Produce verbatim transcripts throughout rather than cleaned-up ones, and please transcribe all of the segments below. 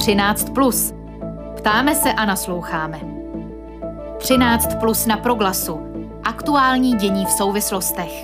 třináct plus. Ptáme se a nasloucháme. třináct plus na Proglasu. Aktuální dění v souvislostech.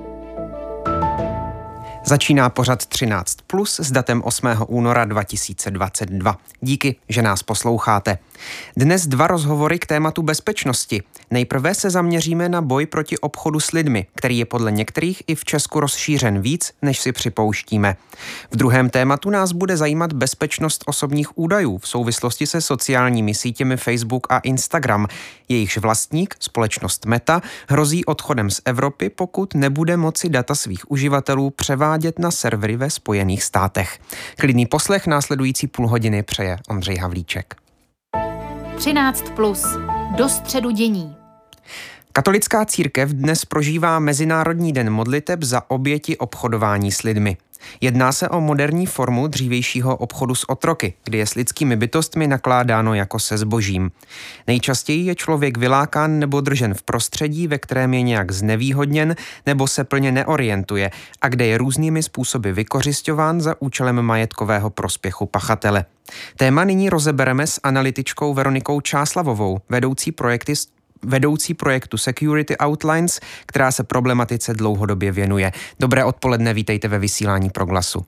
Začíná pořad třináct plus s datem osmého února dva tisíce dvacet dva. Díky, že nás posloucháte. Dnes dva rozhovory k tématu bezpečnosti. Nejprve se zaměříme na boj proti obchodu s lidmi, který je podle některých i v Česku rozšířen víc, než si připouštíme. V druhém tématu nás bude zajímat bezpečnost osobních údajů v souvislosti se sociálními sítěmi Facebook a Instagram. Jejichž vlastník, společnost Meta, hrozí odchodem z Evropy, pokud nebude moci data svých uživatelů převádět na servery ve Spojených státech. Klidný poslech následující půl hodiny přeje Ondřej Havlíček. třináct plus. Do středu dění. Katolická církev dnes prožívá Mezinárodní den modliteb za oběti obchodování s lidmi. Jedná se o moderní formu dřívějšího obchodu s otroky, kdy je s lidskými bytostmi nakládáno jako se zbožím. Nejčastěji je člověk vylákán nebo držen v prostředí, ve kterém je nějak znevýhodněn nebo se plně neorientuje a kde je různými způsoby vykořisťován za účelem majetkového prospěchu pachatele. Téma nyní rozebereme s analytičkou Veronikou Čáslavovou, vedoucí projekty vedoucí projektu Security Outlines, která se problematice dlouhodobě věnuje. Dobré odpoledne, vítejte ve vysílání Proglasu.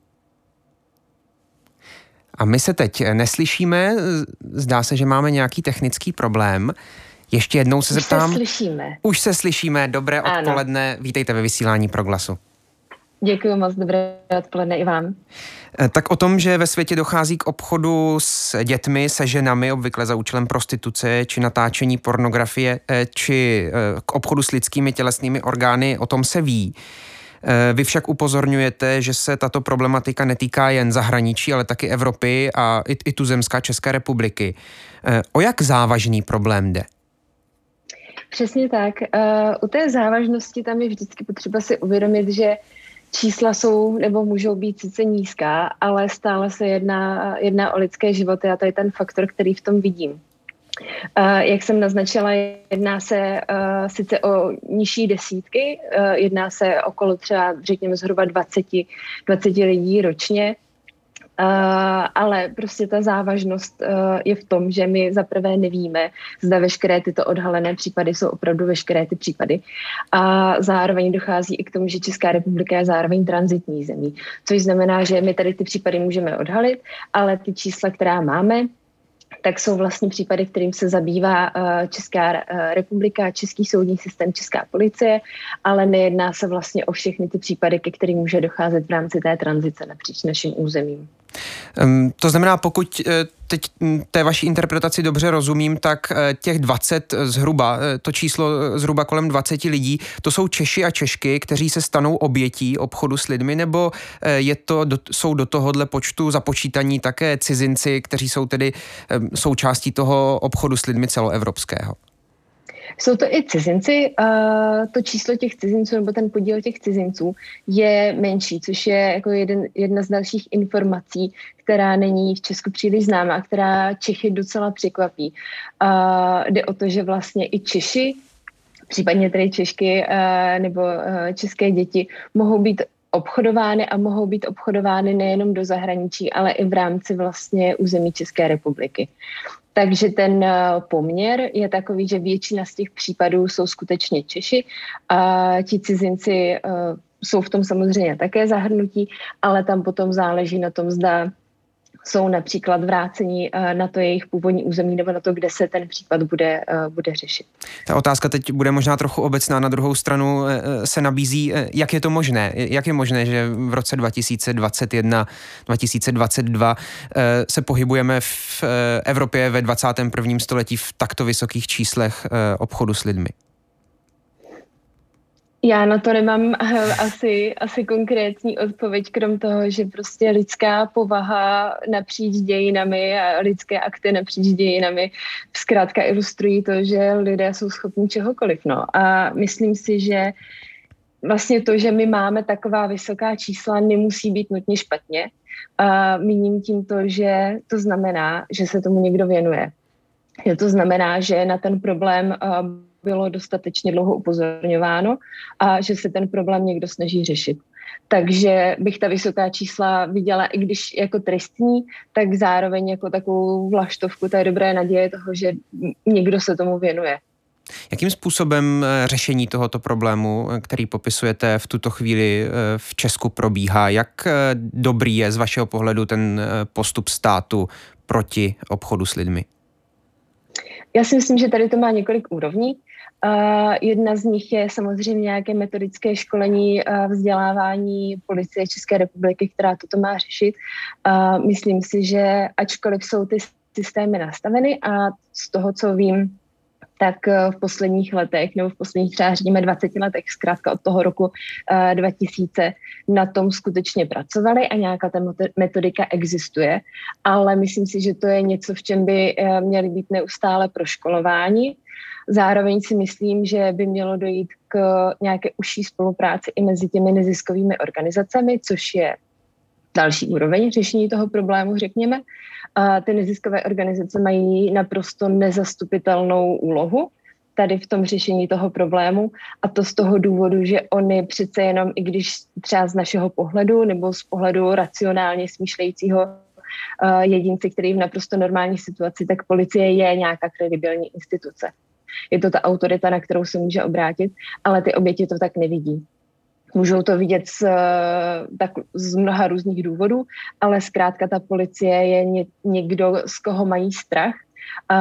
A my se teď neslyšíme, zdá se, že máme nějaký technický problém. Ještě jednou se zeptám. Už se slyšíme. Už se slyšíme, dobré odpoledne, ano. Vítejte ve vysílání Proglasu. Děkuji moc, dobré odpoledne i vám. Tak o tom, že ve světě dochází k obchodu s dětmi, se ženami, obvykle za účelem prostituce, či natáčení pornografie, či k obchodu s lidskými tělesnými orgány, o tom se ví. Vy však upozorňujete, že se tato problematika netýká jen zahraničí, ale taky Evropy a i, i tuzemská České republiky. O jak závažný problém jde? Přesně tak. U té závažnosti tam je vždycky potřeba si uvědomit, že čísla jsou nebo můžou být sice nízká, ale stále se jedná, jedná o lidské životy a to je ten faktor, který v tom vidím. Uh, jak jsem naznačila, jedná se uh, sice o nižší desítky, uh, jedná se okolo třeba, řekněme, zhruba dvacet, dvacet lidí ročně, Uh, ale prostě ta závažnost uh, je v tom, že my zaprvé nevíme, zda veškeré tyto odhalené případy jsou opravdu veškeré ty případy. A zároveň dochází i k tomu, že Česká republika je zároveň tranzitní zemí, což znamená, že my tady ty případy můžeme odhalit, ale ty čísla, která máme, tak jsou vlastně případy, kterým se zabývá Česká republika, český soudní systém, česká policie, ale nejedná se vlastně o všechny ty případy, ke kterým může docházet v rámci té tranzice napříč naším územím. Um, to znamená, pokud teď té vaší interpretaci dobře rozumím, tak těch dvacet zhruba, to číslo zhruba kolem dvacet lidí, to jsou Češi a Češky, kteří se stanou obětí obchodu s lidmi, nebo je to, jsou do tohohle počtu započítaní také cizinci, kteří jsou tedy součástí toho obchodu s lidmi celoevropského? Jsou to i cizinci, uh, to číslo těch cizinců nebo ten podíl těch cizinců je menší, což je jako jeden, jedna z dalších informací, která není v Česku příliš známa a která Čechy docela překvapí. Uh, jde o to, že vlastně i Češi, případně tedy Češky uh, nebo uh, české děti mohou být obchodovány a mohou být obchodovány nejenom do zahraničí, ale i v rámci vlastně území České republiky. Takže ten poměr je takový, že většina z těch případů jsou skutečně Češi a ti cizinci uh, jsou v tom samozřejmě také zahrnutí, ale tam potom záleží na tom, zda jsou například vrácení na to jejich původní území nebo na to, kde se ten případ bude, bude řešit. Ta otázka teď bude možná trochu obecná, na druhou stranu se nabízí, jak je to možné? Jak je možné, že v roce dva tisíce dvacet jedna dva tisíce dvacet dva se pohybujeme v Evropě ve dvacátém prvním století v takto vysokých číslech obchodu s lidmi? Já na to nemám asi, asi konkrétní odpověď, krom toho, že prostě lidská povaha napříč dějinami a lidské akty napříč dějinami zkrátka ilustrují to, že lidé jsou schopni čehokoliv. No. A myslím si, že vlastně to, že my máme taková vysoká čísla, nemusí být nutně špatně. A míním tím to, že to znamená, že se tomu někdo věnuje. Že to znamená, že na ten problém bylo dostatečně dlouho upozorňováno a že se ten problém někdo snaží řešit. Takže bych ta vysoká čísla viděla, i když jako tristní, tak zároveň jako takovou vlaštovku té dobré naděje toho, že někdo se tomu věnuje. Jakým způsobem řešení tohoto problému, který popisujete v tuto chvíli v Česku, probíhá? Jak dobrý je z vašeho pohledu ten postup státu proti obchodu s lidmi? Já si myslím, že tady to má několik úrovní. Uh, jedna z nich je samozřejmě nějaké metodické školení, uh, vzdělávání Policie České republiky, která toto má řešit. Uh, myslím si, že ačkoliv jsou ty systémy nastaveny a z toho, co vím, tak v posledních letech, nebo v posledních třeba řekněme dvaceti letech, zkrátka od toho roku uh, dva tisíce, na tom skutečně pracovali a nějaká ta metodika existuje, ale myslím si, že to je něco, v čem by uh, měly být neustále proškolování. Zároveň si myslím, že by mělo dojít k nějaké užší spolupráci i mezi těmi neziskovými organizacemi, což je další úroveň řešení toho problému, řekněme. A ty neziskové organizace mají naprosto nezastupitelnou úlohu tady v tom řešení toho problému, a to z toho důvodu, že oni přece jenom, i když třeba z našeho pohledu nebo z pohledu racionálně smýšlejícího jedince, který je v naprosto normální situaci, tak policie je nějaká kredibilní instituce. Je to ta autorita, na kterou se může obrátit, ale ty oběti to tak nevidí. Můžou to vidět z, tak, z mnoha různých důvodů, ale zkrátka ta policie je ně, někdo, z koho mají strach, a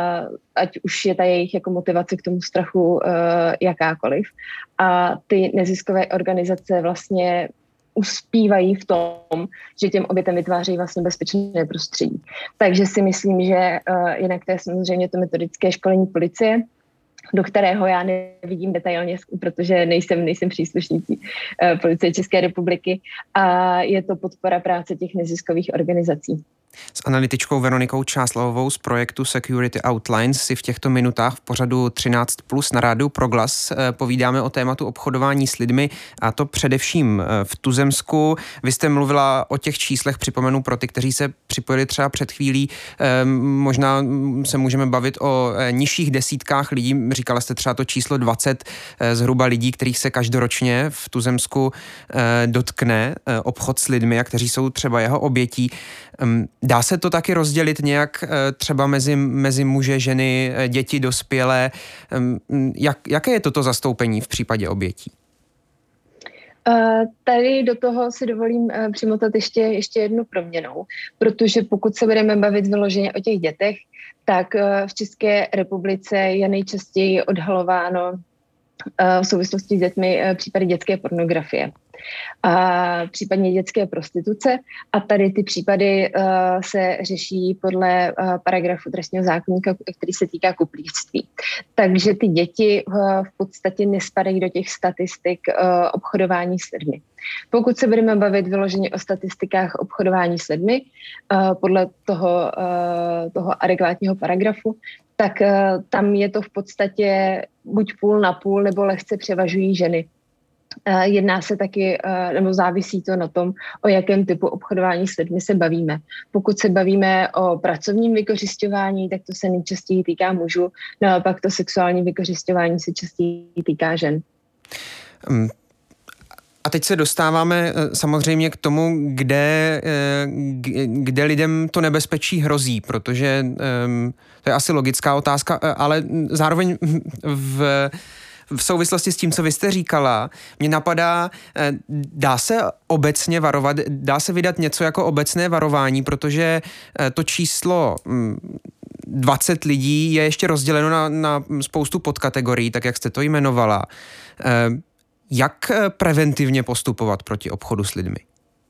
ať už je ta jejich jako motivace k tomu strachu uh, jakákoliv. A ty neziskové organizace vlastně uspívají v tom, že těm obětem vytvářejí vlastně bezpečné prostředí. Takže si myslím, že uh, jinak to je samozřejmě to metodické školení policie, do kterého já nevidím detailně, protože nejsem, nejsem příslušnící uh, Policie České republiky, a je to podpora práce těch neziskových organizací. S analytičkou Veronikou Čáslavovou z projektu Security Outlines si v těchto minutách v pořadu třináct plus na rádiu Proglas povídáme o tématu obchodování s lidmi, a to především v tuzemsku. Vy jste mluvila o těch číslech, připomenu pro ty, kteří se připojili třeba před chvílí. Možná se můžeme bavit o nižších desítkách lidí. Říkala jste třeba to číslo dvacet zhruba lidí, kterých se každoročně v tuzemsku dotkne obchod s lidmi a kteří jsou třeba jeho obětí. Dá se to taky rozdělit nějak třeba mezi, mezi muže, ženy, děti, dospělé? Jak, jaké je toto zastoupení v případě obětí? Uh, tady do toho si dovolím uh, přimotat ještě, ještě jednu proměnou, protože pokud se budeme bavit vyloženě o těch dětech, tak uh, v České republice je nejčastěji odhalováno uh, v souvislosti s dětmi uh, případy dětské pornografie a případně dětské prostituce, a tady ty případy uh, se řeší podle uh, paragrafu trestního zákoníka, který se týká kuplíctví. Takže ty děti uh, v podstatě nespadají do těch statistik uh, obchodování s lidmi. Pokud se budeme bavit vyloženě o statistikách obchodování s lidmi uh, podle toho, uh, toho adekvátního paragrafu, tak uh, tam je to v podstatě buď půl na půl, nebo lehce převažují ženy. Jedná se taky, nebo závisí to na tom, o jakém typu obchodování s lidmi se bavíme. Pokud se bavíme o pracovním vykořisťování, tak to se nejčastěji týká mužů, naopak to sexuální vykořisťování se častěji týká žen. A teď se dostáváme samozřejmě k tomu, kde, kde lidem to nebezpečí hrozí, protože to je asi logická otázka, ale zároveň v V souvislosti s tím, co vy jste říkala, mě napadá, dá se obecně varovat, dá se vydat něco jako obecné varování, protože to číslo dvacet lidí je ještě rozděleno na, na spoustu podkategorií, tak jak jste to jmenovala. Jak preventivně postupovat proti obchodu s lidmi?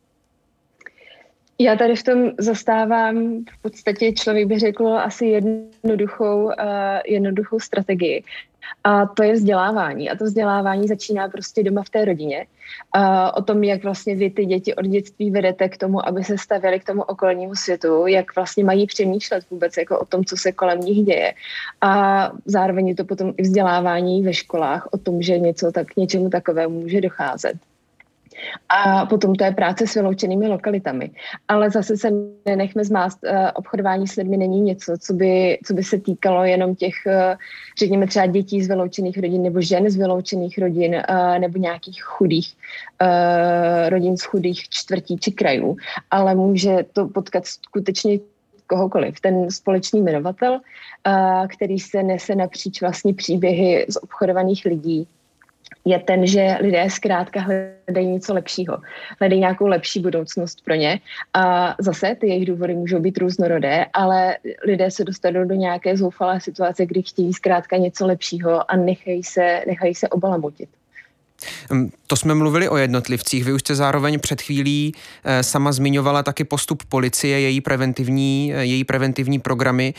Já tady v tom zastávám v podstatě, člověk by řekl, asi jednoduchou, uh, jednoduchou strategii. A to je vzdělávání. A to vzdělávání začíná prostě doma v té rodině. Uh, o tom, jak vlastně vy ty děti od dětství vedete k tomu, aby se stavěli k tomu okolnímu světu, jak vlastně mají přemýšlet vůbec jako o tom, co se kolem nich děje. A zároveň je to potom i vzdělávání ve školách o tom, že něco tak, k něčemu takovému může docházet. A potom to je práce s vyloučenými lokalitami. Ale zase se nenechme zmást, obchodování s lidmi není něco, co by, co by se týkalo jenom těch, řekněme třeba dětí z vyloučených rodin nebo žen z vyloučených rodin nebo nějakých chudých rodin z chudých čtvrtí či krajů. Ale může to potkat skutečně kohokoliv. Ten společný jmenovatel, který se nese napříč vlastně příběhy z obchodovaných lidí, je ten, že lidé zkrátka hledají něco lepšího. Hledají nějakou lepší budoucnost pro ně. A zase ty jejich důvody můžou být různorodé, ale lidé se dostanou do nějaké zoufalé situace, kdy chtějí zkrátka něco lepšího a nechají se, nechají se obalamutit. To jsme mluvili o jednotlivcích. Vy už jste zároveň před chvílí sama zmiňovala taky postup policie, její preventivní, její preventivní programy.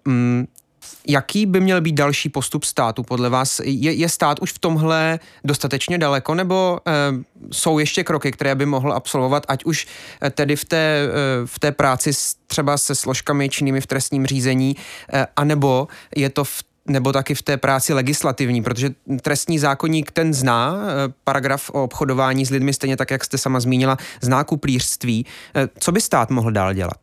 Jaký by měl být další postup státu podle vás? Je, je stát už v tomhle dostatečně daleko, nebo e, jsou ještě kroky, které by mohl absolvovat, ať už tedy v té, e, v té práci s, třeba se složkami činnými v trestním řízení, e, anebo je to v nebo taky v té práci legislativní, protože trestní zákoník ten zná, paragraf o obchodování s lidmi, stejně tak, jak jste sama zmínila, zná kuplířství. Co by stát mohl dál dělat?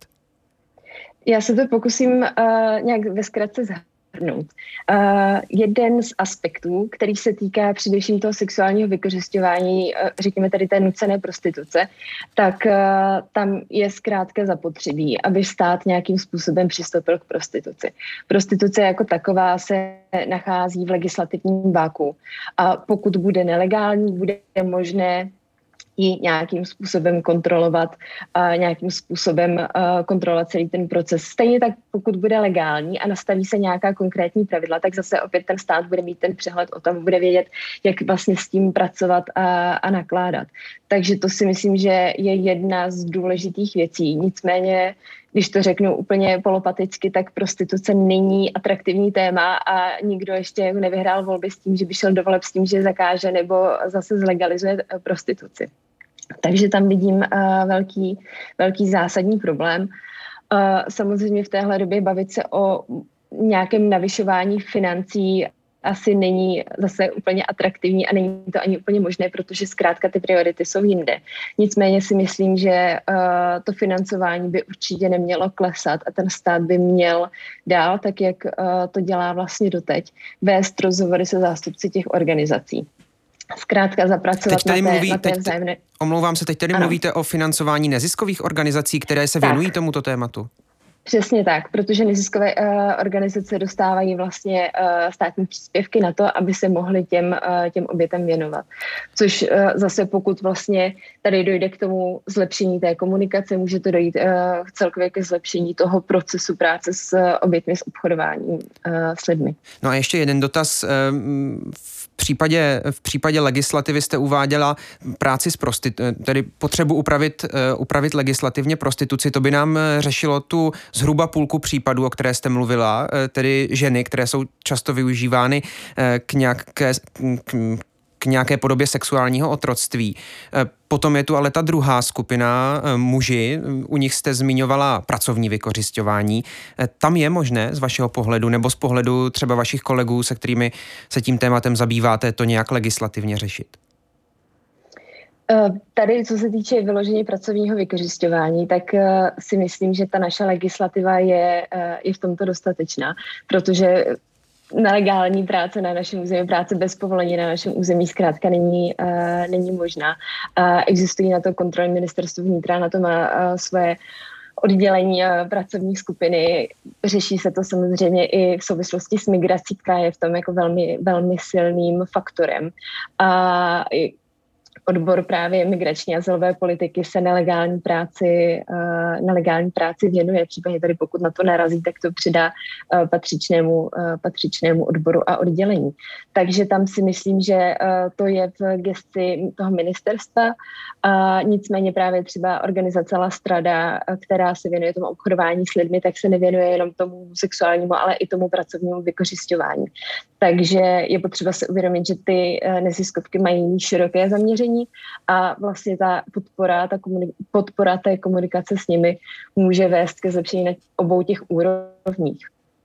Já se to pokusím uh, nějak ve zkratce zhrnout. Uh, jeden z aspektů, který se týká především toho sexuálního vykořisťování, uh, řekněme tady té nucené prostituce, tak uh, tam je zkrátka zapotřebí, aby stát nějakým způsobem přistoupil k prostituci. Prostituce jako taková se nachází v legislativním váku a pokud bude nelegální, bude možné ji nějakým způsobem kontrolovat, a nějakým způsobem uh, kontrolovat celý ten proces. Stejně tak, pokud bude legální a nastaví se nějaká konkrétní pravidla, tak zase opět ten stát bude mít ten přehled o tom, bude vědět, jak vlastně s tím pracovat a, a nakládat. Takže to si myslím, že je jedna z důležitých věcí. Nicméně, když to řeknu úplně polopaticky, tak prostituce není atraktivní téma a nikdo ještě nevyhrál volby s tím, že by šel do voleb s tím, že zakáže nebo zase zlegalizuje prostituci. Takže tam vidím uh, velký, velký zásadní problém. Uh, samozřejmě v téhle době bavit se o nějakém navyšování financí asi není zase úplně atraktivní a není to ani úplně možné, protože zkrátka ty priority jsou jinde. Nicméně si myslím, že uh, to financování by určitě nemělo klesat a ten stát by měl dál, tak jak uh, to dělá vlastně doteď, vést rozhovory se zástupci těch organizací. Zkrátka zapracovat na té, mluví, na té teď, vzájemné... Omlouvám se, teď tady ano. Mluvíte o financování neziskových organizací, které se věnují tak tomuto tématu. Přesně tak, protože neziskové uh, organizace dostávají vlastně uh, státní příspěvky na to, aby se mohly těm, uh, těm obětem věnovat. Což uh, zase pokud vlastně tady dojde k tomu zlepšení té komunikace, může to dojít uh, celkově ke zlepšení toho procesu práce s uh, obětmi s obchodováním uh, s lidmi. No a ještě jeden dotaz. V případě, v případě legislativy jste uváděla práci s prostitu- tedy potřebu upravit, upravit legislativně prostituci. To by nám řešilo tu zhruba půlku případů, o které jste mluvila, tedy ženy, které jsou často využívány k nějaké, k, k nějaké podobě sexuálního otroctví. Potom je tu ale ta druhá skupina, muži, u nich jste zmiňovala pracovní vykořisťování. Tam je možné z vašeho pohledu nebo z pohledu třeba vašich kolegů, se kterými se tím tématem zabýváte, to nějak legislativně řešit? Tady, co se týče vyložení pracovního vykořisťování, tak si myslím, že ta naše legislativa je, je v tomto dostatečná, protože nelegální práce na našem území, práce bez povolení na našem území zkrátka není, uh, není možná. Uh, existují na to kontroly ministerstvo vnitra, na to má uh, svoje oddělení uh, pracovní skupiny. Řeší se to samozřejmě i v souvislosti s migrací, která je v tom jako velmi, velmi silným faktorem. A uh, odbor právě migrační a azylové politiky se nelegální práci, uh, nelegální práci věnuje. Případně tady pokud na to narazí, tak to přidá uh, patřičnému, uh, patřičnému odboru a oddělení. Takže tam si myslím, že uh, to je v gesci toho ministerstva. Uh, nicméně právě třeba organizace La Strada, uh, která se věnuje tomu obchodování s lidmi, tak se nevěnuje jenom tomu sexuálnímu, ale i tomu pracovnímu vykořisťování. Takže je potřeba si uvědomit, že ty uh, neziskovky mají široké zaměření a vlastně ta podpora, ta komunik- podpora té komunikace s nimi může vést ke zlepšení na obou těch úrovních.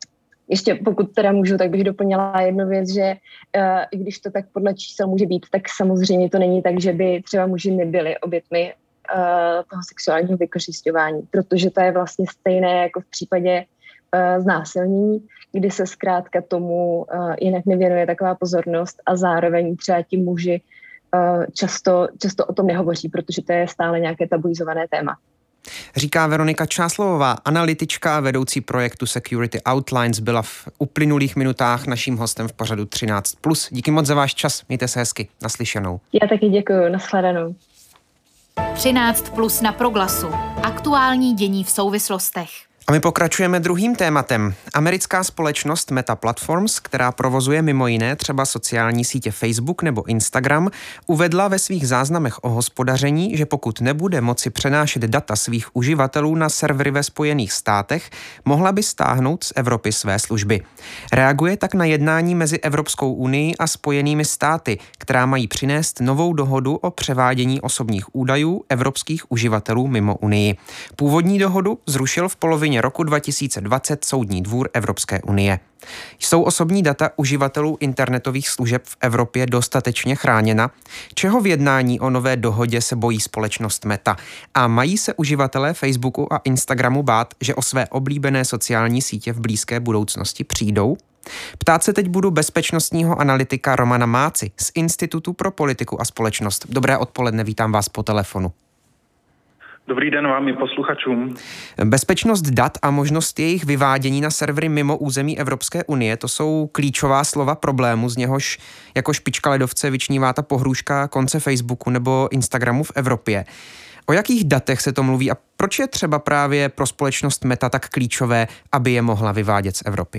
ještě pokud teda můžu, tak bych doplnila jednu věc, že uh, i když to tak podle čísel může být, tak samozřejmě to není tak, že by třeba muži nebyli obětmi uh, toho sexuálního vykořisťování, protože to je vlastně stejné jako v případě uh, znásilnění, kdy se zkrátka tomu uh, jinak nevěnuje taková pozornost a zároveň třeba ti muži uh, často, často o tom nehovoří, protože to je stále nějaké tabuizované téma. Říká Veronika Čáslovová, analytička a vedoucí projektu Security Outlines, byla v uplynulých minutách naším hostem v pořadu třináct plus. Díky moc za váš čas, mějte se hezky, naslyšenou. Já taky děkuju, nashledanou. třináct plus na Proglasu. Aktuální dění v souvislostech. A my pokračujeme druhým tématem. Americká společnost Meta Platforms, která provozuje mimo jiné třeba sociální sítě Facebook nebo Instagram, uvedla ve svých záznamech o hospodaření, že pokud nebude moci přenášet data svých uživatelů na servery ve Spojených státech, mohla by stáhnout z Evropy své služby. Reaguje tak na jednání mezi Evropskou unii a Spojenými státy, která mají přinést novou dohodu o převádění osobních údajů evropských uživatelů mimo Unii. Původní dohodu zrušil v polovině roku dva tisíce dvacet Soudní dvůr Evropské unie. Jsou osobní data uživatelů internetových služeb v Evropě dostatečně chráněna? Čeho v jednání o nové dohodě se bojí společnost Meta? A mají se uživatelé Facebooku a Instagramu bát, že o své oblíbené sociální sítě v blízké budoucnosti přijdou? Ptát se teď budu bezpečnostního analytika Romana Máci z Institutu pro politiku a společnost. Dobré odpoledne, vítám vás po telefonu. Dobrý den vám i posluchačům. Bezpečnost dat a možnost jejich vyvádění na servery mimo území Evropské unie, to jsou klíčová slova problému, z něhož jako špička ledovce vyčnívá ta pohrůžka konce Facebooku nebo Instagramu v Evropě. O jakých datech se to mluví a proč je třeba právě pro společnost Meta tak klíčové, aby je mohla vyvádět z Evropy?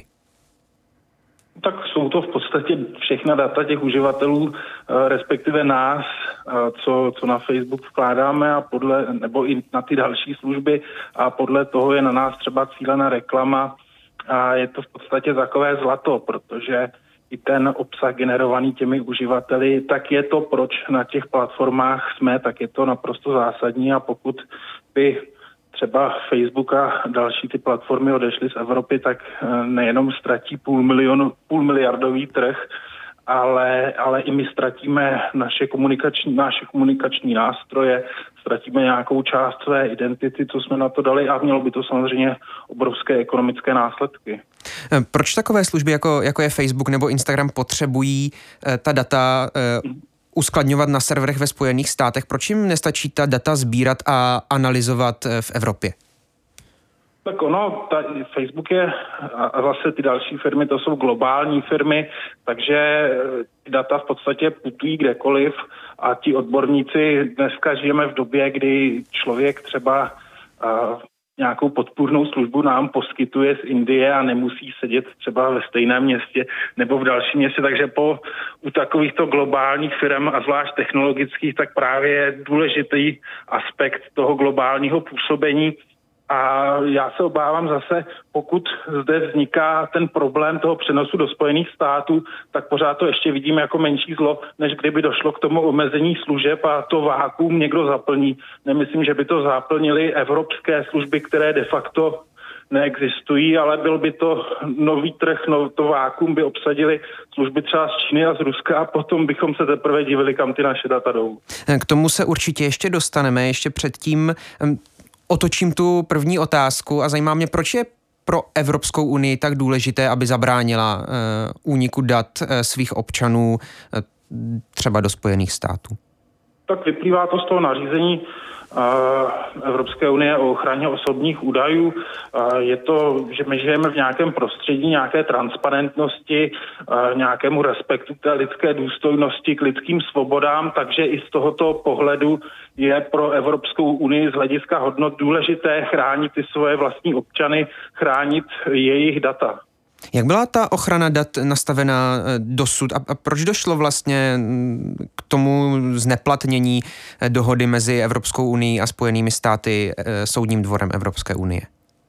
Tak jsou to v podstatě všechna data těch uživatelů, respektive nás, co, co na Facebook vkládáme a podle, nebo i na ty další služby a podle toho je na nás třeba cílená reklama a je to v podstatě takové zlato, protože i ten obsah generovaný těmi uživateli, tak je to, proč na těch platformách jsme, tak je to naprosto zásadní a pokud by třeba Facebook a další ty platformy odešly z Evropy, tak nejenom ztratí půl milionu, půl miliardový trh, ale, ale i my ztratíme naše komunikační, naše komunikační nástroje, ztratíme nějakou část své identity, co jsme na to dali a mělo by to samozřejmě obrovské ekonomické následky. Proč takové služby, jako, jako je Facebook nebo Instagram, potřebují eh, ta data eh, uskladňovat na serverech ve Spojených státech? Proč jim nestačí ta data sbírat a analyzovat v Evropě? Tak ono, ta, Facebook je a zase ty další firmy, to jsou globální firmy, takže ty data v podstatě putují kdekoliv a ti odborníci, dneska žijeme v době, kdy člověk třeba a, nějakou podpůrnou službu nám poskytuje z Indie a nemusí sedět třeba ve stejném městě nebo v dalším městě, takže po u takovýchto globálních firm a zvlášť technologických, tak právě je důležitý aspekt toho globálního působení. A já se obávám zase, pokud zde vzniká ten problém toho přenosu do Spojených států, tak pořád to ještě vidím jako menší zlo, než kdyby došlo k tomu omezení služeb a to vákuum někdo zaplní. Nemyslím, že by to zaplnili evropské služby, které de facto neexistují, ale byl by to nový trh, no, to vákuum by obsadili služby třeba z Číny a z Ruska a potom bychom se teprve divili, kam ty naše data jdou. K tomu se určitě ještě dostaneme, ještě předtím otočím tu první otázku a zajímá mě, proč je pro Evropskou unii tak důležité, aby zabránila uh, úniku dat uh, svých občanů uh, třeba do Spojených států? Tak vyplývá to z toho nařízení uh, Evropské unie o ochraně osobních údajů. Uh, je to, že my žijeme v nějakém prostředí, nějaké transparentnosti, uh, nějakému respektu té lidské důstojnosti k lidským svobodám, takže i z tohoto pohledu je pro Evropskou unii z hlediska hodnot důležité chránit ty svoje vlastní občany, chránit jejich data. Jak byla ta ochrana dat nastavena dosud a proč došlo vlastně k tomu zneplatnění dohody mezi Evropskou unií a Spojenými státy Soudním dvorem Evropské unie?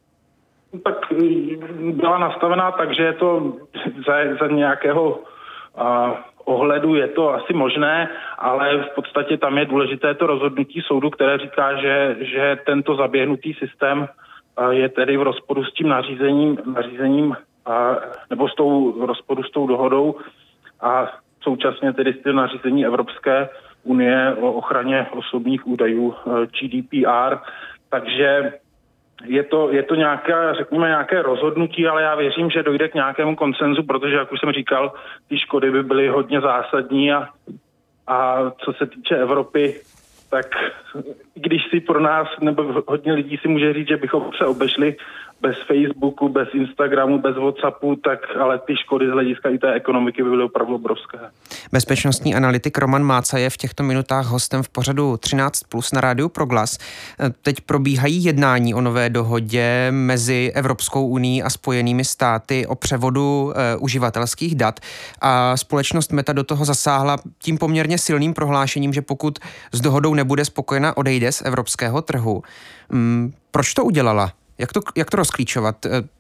Tak byla nastavená tak, že je to za, za nějakého a, ohledu je to asi možné, ale v podstatě tam je důležité to rozhodnutí soudu, které říká, že, že tento zaběhnutý systém je tedy v rozporu s tím nařízením, nařízením a, nebo s tou rozporu s tou dohodou a současně tedy s tím nařízení Evropské unie o ochraně osobních údajů G D P R, takže je to, je to nějaké, řekněme, nějaké rozhodnutí, ale já věřím, že dojde k nějakému konsenzu, protože, jak už jsem říkal, ty škody by byly hodně zásadní a, a co se týče Evropy, tak i když si pro nás, nebo hodně lidí si může říct, že bychom se obešli bez Facebooku, bez Instagramu, bez WhatsAppu, tak ale ty škody z hlediska i té ekonomiky by byly opravdu obrovské. Bezpečnostní analytik Roman Máca je v těchto minutách hostem v pořadu třináct plus na Rádiu Proglas. Teď probíhají jednání o nové dohodě mezi Evropskou unií a Spojenými státy o převodu uh, uživatelských dat a společnost Meta do toho zasáhla tím poměrně silným prohlášením, že pokud s dohodou nebude spokojena, odejde z evropského trhu. Hmm, proč to udělala? Jak to, jak to rozklíčovat,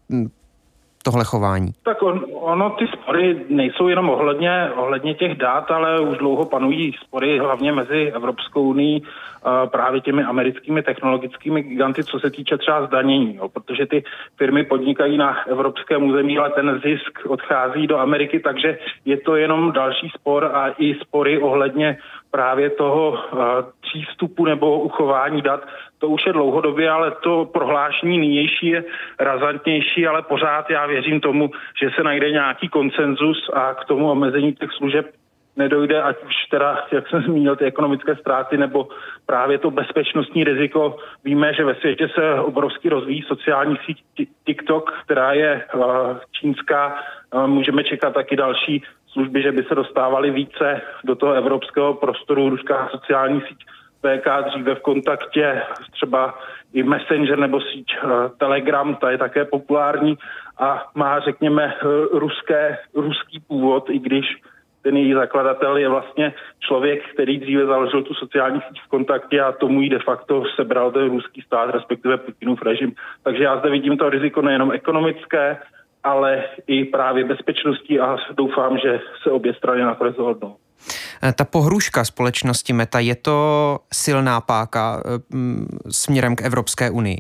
tohle chování? Tak on, ono, ty spory nejsou jenom ohledně, ohledně těch dat, ale už dlouho panují spory hlavně mezi Evropskou unií a právě těmi americkými technologickými giganty, co se týče třeba zdanění, jo, protože ty firmy podnikají na evropském území, ale ten zisk odchází do Ameriky, takže je to jenom další spor a i spory ohledně právě toho uh, přístupu nebo uchování dat. To už je dlouhodobě, ale to prohlášení nynější je razantnější, ale pořád já věřím tomu, že se najde nějaký konsenzus a k tomu omezení těch služeb nedojde, ať už teda, jak jsem zmínil, ty ekonomické ztráty nebo právě to bezpečnostní riziko. Víme, že ve světě se obrovsky rozvíjí sociální síť TikTok, která je uh, čínská. Uh, můžeme čekat taky další služby, že by se dostávaly více do toho evropského prostoru. Ruská sociální síť P K dříve v kontaktě, třeba i Messenger nebo síť uh, Telegram, ta je také populární a má, řekněme, ruské, ruský původ, i když ten její zakladatel je vlastně člověk, který dříve založil tu sociální síť v kontaktě a tomu jí de facto sebral ten ruský stát, respektive Putinův režim. Takže já zde vidím to riziko nejenom ekonomické, ale i právě bezpečností a doufám, že se obě strany nakonec dohodnou. Ta pohrůžka společnosti Meta, je to silná páka směrem k Evropské unii?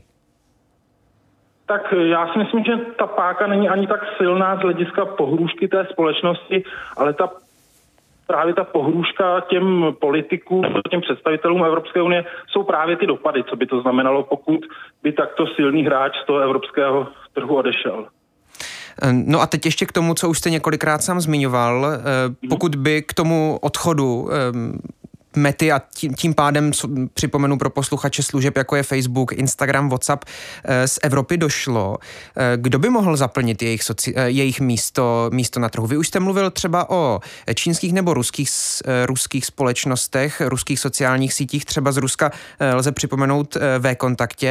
Tak já si myslím, že ta páka není ani tak silná z hlediska pohrůžky té společnosti, ale ta právě ta pohrůžka těm politikům, těm představitelům Evropské unie jsou právě ty dopady, co by to znamenalo, pokud by takto silný hráč z toho evropského trhu odešel. No a teď ještě k tomu, co už jste několikrát sám zmiňoval, pokud by k tomu odchodu Mety a tím, tím pádem připomenu pro posluchače služeb, jako je Facebook, Instagram, WhatsApp, z Evropy došlo. Kdo by mohl zaplnit jejich, soci, jejich místo, místo na trhu? Vy už jste mluvil třeba o čínských nebo ruských, ruských společnostech, ruských sociálních sítích, třeba z Ruska lze připomenout V-kontaktě.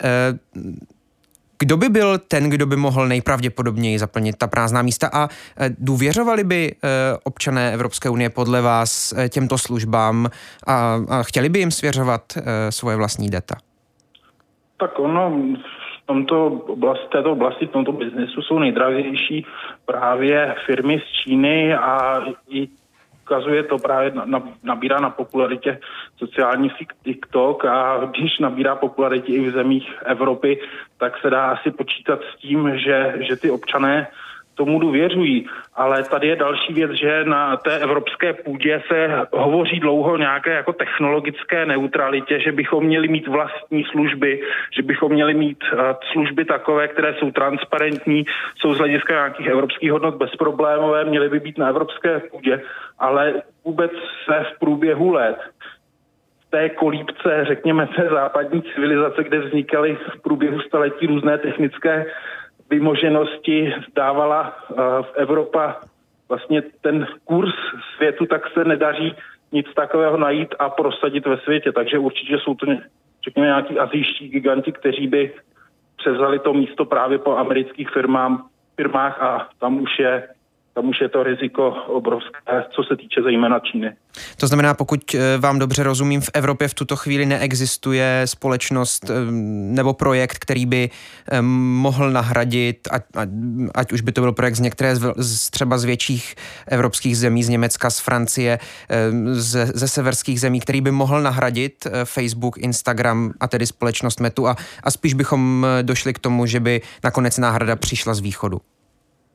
Kdo by byl ten, kdo by mohl nejpravděpodobněji zaplnit ta prázdná místa a důvěřovali by občané Evropské unie podle vás těmto službám a, a chtěli by jim svěřovat svoje vlastní data? Tak ono v tomto oblasti, této oblasti, v tomto biznesu jsou nejdravější právě firmy z Číny a i ukazuje to právě, na, nabírá na popularitě sociální síť TikTok a když nabírá popularitě i v zemích Evropy, tak se dá asi počítat s tím, že, že ty občané tomu důvěřují. Ale tady je další věc, že na té evropské půdě se hovoří dlouho o nějaké jako technologické neutralitě, že bychom měli mít vlastní služby, že bychom měli mít uh, služby takové, které jsou transparentní, jsou z hlediska nějakých evropských hodnot bezproblémové, měly by být na evropské půdě, ale vůbec se v průběhu let v té kolíbce, řekněme, té západní civilizace, kde vznikaly v průběhu staletí různé technické vymoženosti, dávala uh, v Evropa vlastně ten kurz světu, tak se nedaří nic takového najít a prosadit ve světě. Takže určitě jsou to, řekněme, nějaký asijští giganti, kteří by převzali to místo právě po amerických firmám, firmách a tam už je tam už je to riziko obrovské, co se týče zejména Číny. To znamená, pokud vám dobře rozumím, v Evropě v tuto chvíli neexistuje společnost nebo projekt, který by mohl nahradit, ať, ať už by to byl projekt z některé z, třeba z větších evropských zemí, z Německa, z Francie, ze, ze severských zemí, který by mohl nahradit Facebook, Instagram a tedy společnost Metu a, a spíš bychom došli k tomu, že by nakonec náhrada přišla z východu.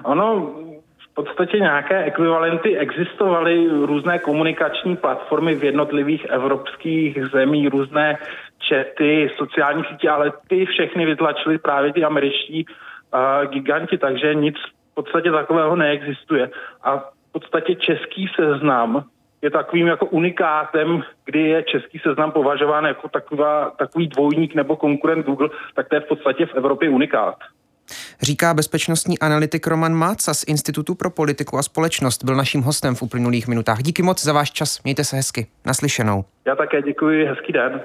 Ono v podstatě nějaké ekvivalenty existovaly, různé komunikační platformy v jednotlivých evropských zemích, různé chaty, sociální sítě, ale ty všechny vytlačili právě ty američtí uh, giganti, takže nic v podstatě takového neexistuje. A v podstatě český seznam je takovým jako unikátem, kdy je český seznam považován jako taková, takový dvojník nebo konkurent Google, tak to je v podstatě v Evropě unikát. Říká bezpečnostní analytik Roman Máca z Institutu pro politiku a společnost. Byl naším hostem v uplynulých minutách. Díky moc za váš čas. Mějte se hezky. Naslyšenou. Já také děkuji. Hezký den.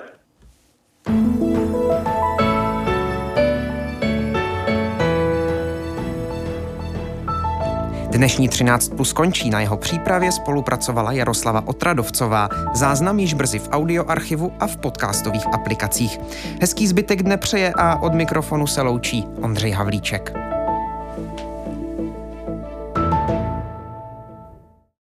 Dnešní třináct plus končí. Na jeho přípravě spolupracovala Jaroslava Otradovcová. Záznam již brzy v audioarchivu a v podcastových aplikacích. Hezký zbytek dne přeje a od mikrofonu se loučí Ondřej Havlíček.